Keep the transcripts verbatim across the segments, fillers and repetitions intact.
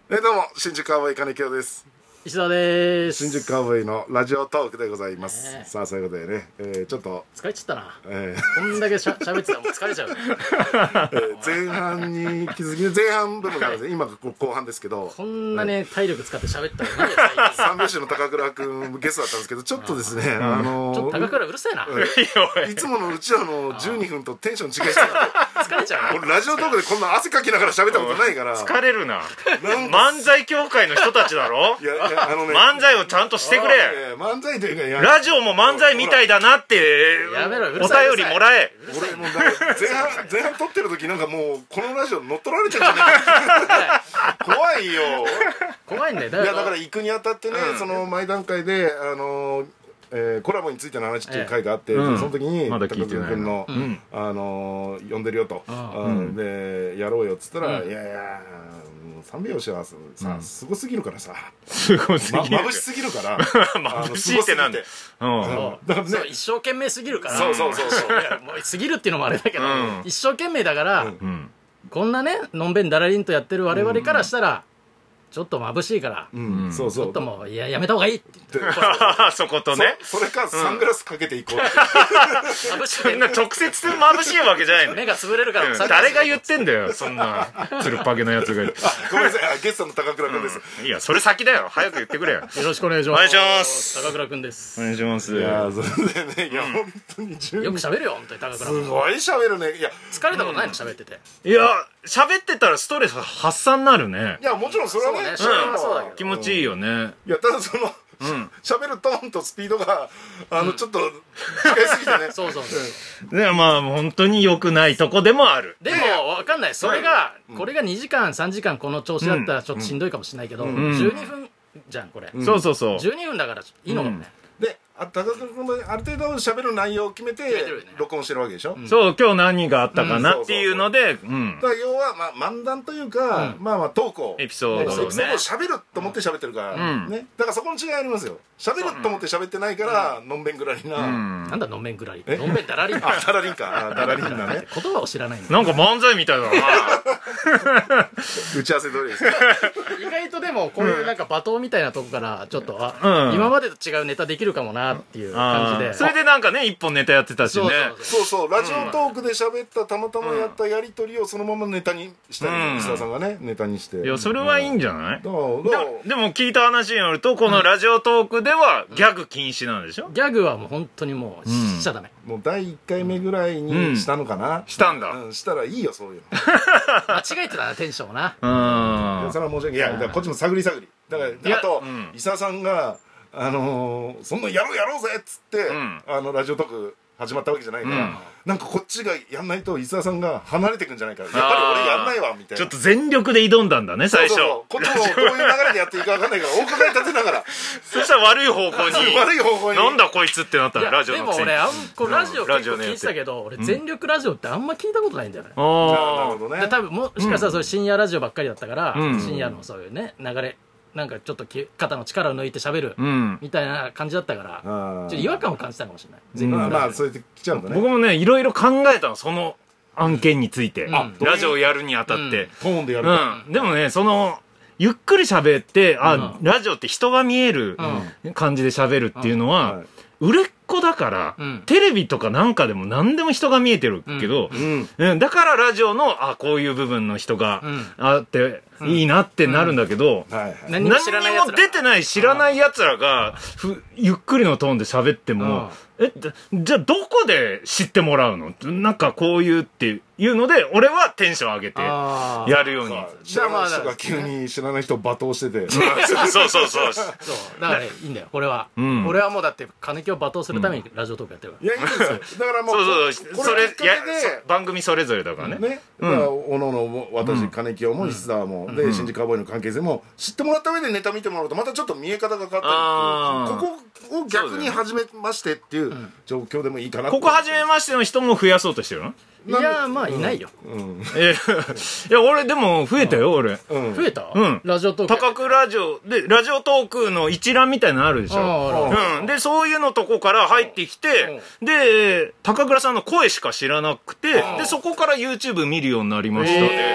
えー、どうも新宿カウボーイ金城です。 石田です。 新宿カウボーイのラジオトークでございます、えー、さあそういうことでね、えー、ちょっと疲れちゃったな、 えー、 こんだけしゃ喋ってたらもう疲れちゃう、ねえー、前半に気づき前半部分からですね、今後半ですけど、 こんなね、体力使って喋ったら何や三拍子の高倉君ゲストだったんですけど、ちょっとですね、あ、あのー、 ちょっと高倉うるせえな、 いつものうちらのじゅうにふんとテンション違いすぎて疲れちゃう。 俺ラジオトークでこんな汗かきながら喋ったことないから。 疲れるな。漫才協会の人たちだろ。 いやいや、あのね、 漫才をちゃんとしてくれ。 漫才というか、 ラジオも漫才みたいだなってやめろ、 お便りもらえ。 俺もう前半前半撮ってる時なんかもうこのラジオ乗っ取られてるんじゃないか怖いよ。 怖いんだよ。 いやだから行くにあたってね、その前段階であのえー、コラボについての話っていう回があって、ええ、その時にまだ聞いてない君の、うん、あのー、呼んでるよと、うん、でやろうよっつったら、うん、いやいや三拍子はさ、うん、すごすぎるからさ、 すごすぎる、 ま、眩しすぎるから眩しいってなんで、 うん、だからね、そう一生懸命すぎるから、 そうそうそうそうもうすぎるっていうのもあれだけど、うん、一生懸命だから、うん、こんなねのんべんだらりんとやってる我々からしたら、ちょっと眩しいから、うん、そうそう、ちょっともういややめた方がいいって言ってそことね、 それかサングラスかけていこうって眩しい、直接眩しいわけじゃないの。 目が潰れるから、 誰が言ってんだよそんなつるっぱげのやつが。 ごめんなさい、ゲストの高倉君です。 いやそれ先だよ、早く言ってくれよ。よろしくお願いします。 お願いします。 高倉君です。 お願いします。 いやそれでね、いや本当によく喋るよ本当に高倉君。 すごい喋るね。いや疲れたことないの喋ってて。 いや喋ってたらストレス発散になるね。 いやもちろんそれはね、 気持ちいいよね。 いやただその喋るトーンとスピードがあのちょっと違いすぎてね。 そうそうそう。 でまあ本当に良くないとこでもある。 でもわかんない。それがこれがにじかんさんじかんこの調子だったらちょっとしんどいかもしれないけど、じゅうにふんじゃんこれ。 そうそうそう。 じゅうにふんだからいいのかもね。 で、あ高倉君もある程度喋る内容を決めて録音してるわけでしょ。 そう、今日何があったかなっていうので、だから要はまあ漫談というか、まあまあトークをエピソードをね、 エピソードを喋ると思って喋ってるからね。だからそこの違いありますよ。喋ると思って喋ってないからのんべんぐらりな。 なんだのんべんぐらり。のんべんだらりん。 あ、だらりんか。だらりんだね。 言葉を知らないんだ。 なんか漫才みたいだな。 打ち合わせ通りです。 意外とでもこういうなんか罵倒みたいなとこからちょっと今までと違うネタできるかもなっていう感じで。 それでなんかね一本ネタやってたしね。 そうそうラジオトークで喋ったたまたまやったやり取りをそのままネタにしたり、石田さんがねネタにして。 いやそれはいいんじゃない？でも聞いた話によるとこのラジオトークではギャグ禁止なんでしょ？ ギャグはもう本当にもうしちゃダメ。 もうだいいっかいめぐらいにしたのかな。 したんだ。 したらいいよそういうの。 間違えてたなテンションをな。 うん。それは申し訳ない。いやこっちも探り探り。だからあと石田さんがあのそんなやろうやろうぜっつってあのラジオトーク始まったわけじゃないから、なんかこっちがやんないと石田さんが離れてくんじゃないから、やっぱり俺やんないわみたいな。 ちょっと全力で挑んだんだね最初。 そうそうこっちもどういう流れでやっていいか分かんないからお伺い立てながら。 そしたら悪い方向に悪い方向になんだこいつってなったのラジオのくせに。 でも俺あんこラジオ結構聞いてたけど、俺全力ラジオってあんま聞いたことないんだよね。 ああなるほどね。 多分もしかしたらそれ深夜ラジオばっかりだったから深夜のそういうね流れ。なんかちょっと肩の力を抜いて喋るみたいな感じだったからちょっと違和感を感じたかもしれない。 全部まあそうやって来ちゃうんだね。 僕もねいろいろ考えたのその案件について、ラジオやるにあたってトーンでやると。 でもねそのゆっくり喋ってあラジオって人が見える感じで喋るっていうのは売れっ子だから、うん、テレビとかなんかでも何でも人が見えてるけど、うんうん、だからラジオのあこういう部分の人があって、いいなってなるんだけど、何にも出てない知らない奴らがふゆっくりのトーンで喋っても、えじゃあどこで知ってもらうの？なんかこういうっていうので俺はテンション上げてやるように。 知らない人が急に知らない人を罵倒しててそうそうそうそうだからいいんだよこれは。俺はもうだって金木を罵倒するためにラジオトークやってるから。 いやいいですよ。だからもうそうそうそれ番組それぞれだからね。 ねだからおのおの私金木も石田もで新宿カウボーイの関係性も知ってもらった上でネタ見てもらうとまたちょっと見え方が変わったり、ここを逆に始めましてっていう状況でもいいかな。 ここ初めましての人も増やそうとしてるの？ いやまあいないよ。 えいや俺でも増えたよ俺。 増えた？ うんラジオトーク高倉ラジオでラジオトークの一覧みたいなのあるでしょ。うんでそういうのとこから入ってきてで高倉さんの声しか知らなくてでそこから YouTube 見るようになりましたね。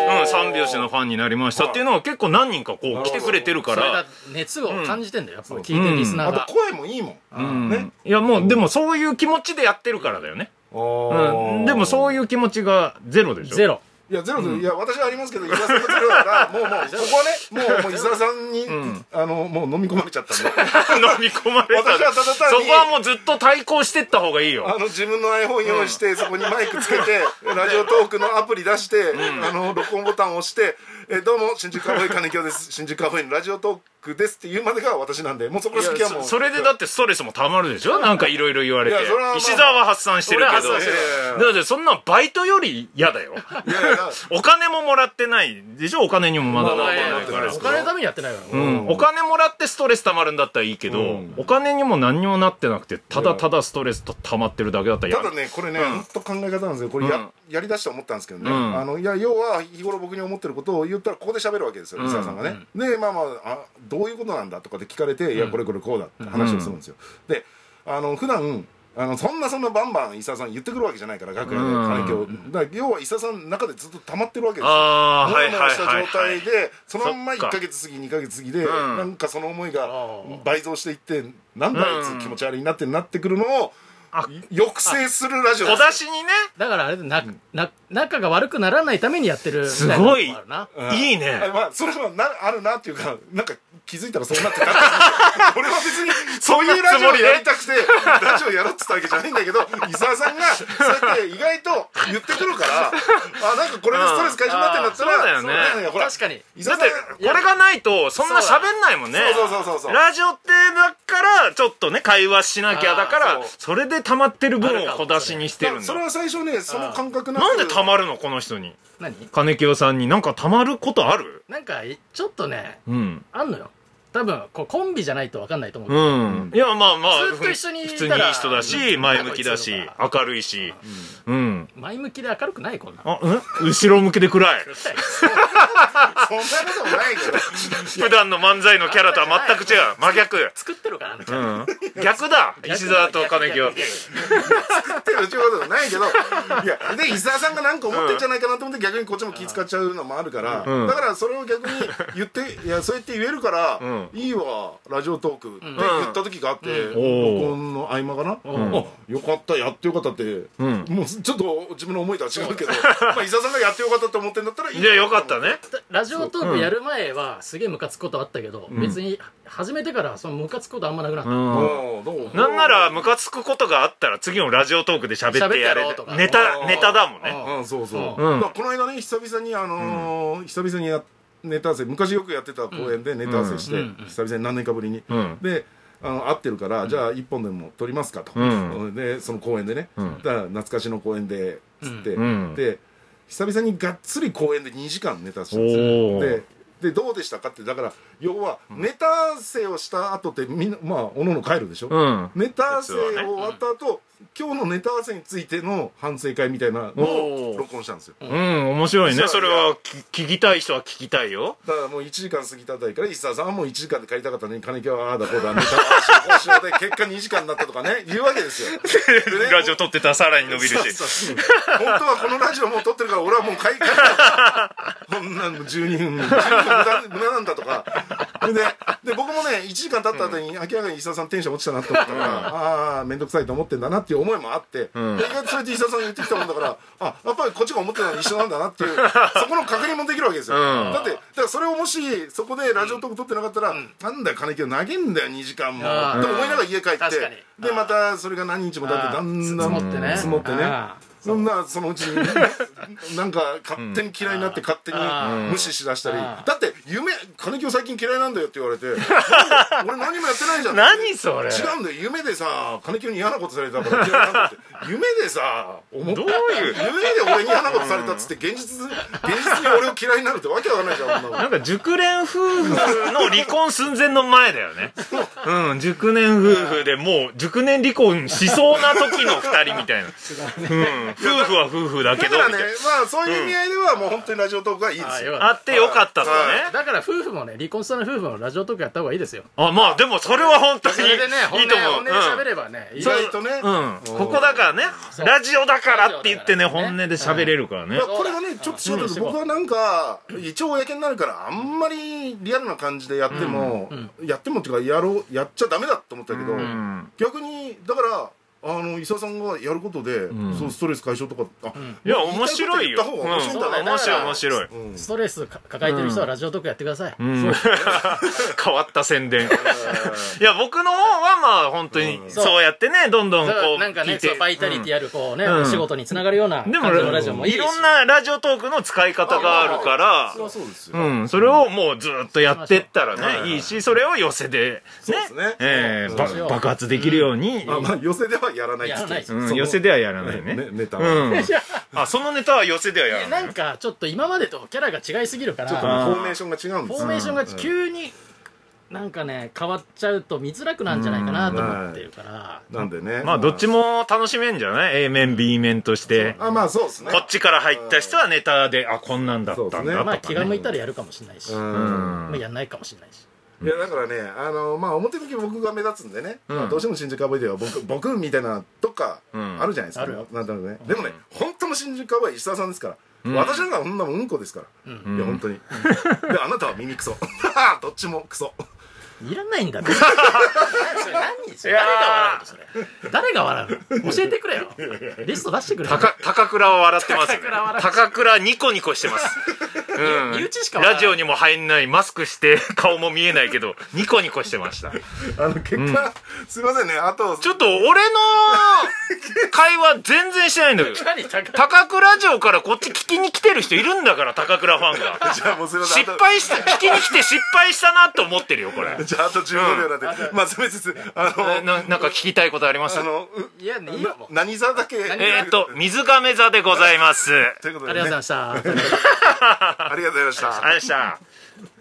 うん、三拍子のファンになりましたっていうのは結構何人かこう来てくれてるから。 熱を感じてんだよ、やっぱ聞いてるリスナーが。 あと声もいいもん。ね。 いやもう、でもそういう気持ちでやってるからだよね。うん。でもそういう気持ちがゼロでしょ。 ゼロ。 いやゼロで、いや私はありますけど伊沢さんがゼロだからもうもうここはねもうもう伊沢さんにあのもう飲み込まれちゃったんで飲み込まれた。 私はただ単にそこはもうずっと対抗してった方がいいよ。 あの自分の iPhone 用意してそこにマイクつけてラジオトークのアプリ出してあの録音ボタンを押してえどうも新宿カフェ金京です新宿カフェのラジオトークですって言うまでが私なんでもうそこら先はもうそれでだってストレスもたまるでしょ。なんかいろいろ言われて石沢は発散してるけどだってそんなバイトより嫌だよ。お金ももらってないでしょ。お金にもまだなってないから。 お金のためにやってないから。 お金もらってストレスたまるんだったらいいけどお金にも何にもなってなくてただただストレスとたまってるだけだったら嫌だ。 ただねこれねほんと考え方なんですよ。これややりだして思ったんですけどねあのいや要は日頃僕に思ってることを言ったらここで喋るわけですよ伊沢さんがね。でまあまあどういうことなんだとかで聞かれていやこれこれこうだって話をするんですよ。であの普段あのそんなそんなバンバン伊沢さん言ってくるわけじゃないから楽屋で環境だから要は伊沢さんの中でずっと溜まってるわけですよ。 ああモヤモヤした状態でそのまんまいっかげつ過ぎにかげつ過ぎでなんかその思いが倍増していってなんだあいつ気持ち悪いなってなってくるのを抑制するラジオです。 小出しにね。 だからあれでなな仲が悪くならないためにやってるみたいなすごいのもあるな。 いいね。 まあそれはなあるなっていうかなんか気づいたらそうなってた。俺は別にそういうラジオやりたくてラジオやろうって言ったわけじゃないんだけど伊沢さんがそうやって意外と言ってくるからあなんかこれでストレス解消になってんだったらそうだよね。 確かにだってこれがないとそんな喋んないもんね。 そうそうそうそうラジオってだからちょっとね会話しなきゃだからそれで溜まってる分を小出しにしてるんだ。 それは最初ねその感覚なんで溜まるのこの人に。 何金清さんになんか溜まることある？ なんかちょっとねうんあんのよ。多分こうコンビじゃないと分かんないと思う。 うんいやまあまあずっと一緒にいたら普通にいい人だし前向きだし明るいしうん前向きで明るくないこんな。 あうん後ろ向きで暗い。 そんなこともないけど普段の漫才のキャラとは全く違う真逆。 作ってるからね。 うん逆だ石沢と金清。 作ってるっていうことじゃないけどいやで伊沢さんが何か思ってんじゃないかなと思って逆にこっちも気使っちゃうのもあるからだからそれを逆に言っていやそうやって言えるからいいわラジオトークって言った時があって録音の合間かなあよかったやってよかったってもうちょっと自分の思いとは違うけど伊沢さんがやってよかったって思ってんだったらいい。 いやよかったね。 ラジオトークやる前はすげえムカつくことあったけど別に始めてからそのムカつくことあんまなくなった。 なんならムカつくことがあったら次のラジオトークで喋ってやれるネタネタだもんね。 そうそうこの間ね久々にあの久々にやネタ合わせ昔よくやってた公演でネタ合わせして久々に何年かぶりにであの合ってるからじゃあ一本でも撮りますかとでその公演でねだから懐かしの公演でつってで久々にがっつり公演でにじかんネタしたんですよ。ででどうでしたかってだから要はネタ合わせをした後ってみんなまあおのおの帰るでしょ。ネタ合わせを終わった後今日のネタ合わせについての反省会みたいなのを録音したんですよ。 うん面白いね。それは聞きたい人は聞きたいよ。 だからもういちじかん過ぎたあたりから石沢さんはもういちじかんで帰りたかったのに金木はああだこうだネタ合わせで結果にじかんになったとかね言うわけですよ。 ラジオ撮ってたらさらに伸びるし本当はこのラジオもう撮ってるから俺はもう帰りたいこんなんじゅうにふん無駄なんだとかでで僕もねいちじかん経った後に明らかに石沢さんテンション落ちたなと思ったからああ面倒くさいと思ってんだなっていう思いもあって意外とそれで石沢さんが言ってきたもんだからあやっぱりこっちが思ってたのに一緒なんだなっていうそこの確認もできるわけですよ。だってだからそれをもしそこでラジオトーク撮ってなかったらなんだよ金木を投げんだよにじかんもって思いながら家帰ってでまたそれが何日も経ってだんだん積もってねそんなそのうちになんか勝手に嫌いになって勝手に無視しだしたりだって夢金木最近嫌いなんだよって言われて俺何もやってないじゃん。 何それ違うんだよ夢でさ金木に嫌なことされたから嫌いなんだって夢でさ思ったどういう夢で俺に嫌なことされたっつって現実現実に俺を嫌いになるってわけわかんないじゃん。 なんか熟練夫婦の離婚寸前の前だよね。うん熟年夫婦でもう熟年離婚しそうな時のふたりみたいな。うん夫婦は夫婦だけどだからねまあそういう意味合いではもう本当にラジオトークはいいですよ。 あってよかったとね。 だだから夫婦もね、離婚したの夫婦もラジオトークやった方がいいですよ。 あ、まあでもそれは本当にそれでね、 いいと思う。 本音で喋ればね、 意外とね、 うん、ここだからね、ラジオだからって言ってね、本音で喋れるからね。 これがね、ちょっと違うけど、僕はなんか一応公になるからあんまりリアルな感じでやっても、やってもっていうかやろうやっちゃダメだと思ったけど、逆にだからあの伊沢さんがやることで、うん、そうストレス解消とか、あ、 うん、いや面白いよ。面白い面白い面白い。 ストレス抱えてる人はラジオトークやってください。うん、 変わった宣伝。いや僕の方はまあ本当にそうやってね、どんどんこうなんかね、バイタリティあるこうね、お仕事につながるような感じのラジオもいいし。 いろんなラジオトークの使い方があるから、うん、それをもうずっとやってったらねいいし、それを寄せでね、爆発できるように。 まあ寄せではやらないです。寄せではやらないね。 ネタは。 あ、そのネタは寄せではやらない。 なんかちょっと今までとキャラが違いすぎるから、 ちょっとフォーメーションが違うんです。 フォーメーションが急になんかね変わっちゃうと見づらくなんじゃないかなと思ってるから。 なんでね。 まあどっちも楽しめんじゃない？ A 面 B 面として。 あ、まあそうですね。 こっちから入った人はネタで、あ、こんなんだったんだとかね。 まあ気が向いたらやるかもしれないし、まあやんないかもしれないし。 いやだからね、あのまあ表向き僕が目立つんでね、まあどうしても新宿カウボーイでは僕僕みたいなとかあるじゃないですか。なんだろうね。でもね、本当の新宿カウボーイ石澤さんですから。私なんかこんなもんうんこですから。いや本当に。であなたは耳クソ。どっちもクソ。 いらないんだって。それ何？それ誰が笑うのそれ。誰が笑うの？教えてくれよ。リスト出してくれよ。 高倉は笑ってますね。高倉ニコニコしてます。 うん。身内しかラジオにも入んない、マスクして顔も見えないけどニコニコしてました。 あの結果すいませんね。あとちょっと俺の会話全然してないんだけど。高倉ラジオからこっち聞きに来てる人いるんだから、高倉ファンが。じゃあもうすいません。失敗した聞きに来て失敗したなって思ってるよこれ。 じゃああとじゅうごびょうなんで、まあすみません、あのななんか聞きたいことあります？ あのいやねいいよ。 何座だけえっと水亀座でございます。 ということでありがとうございました。 ありがとうございました。 ありがとうございました。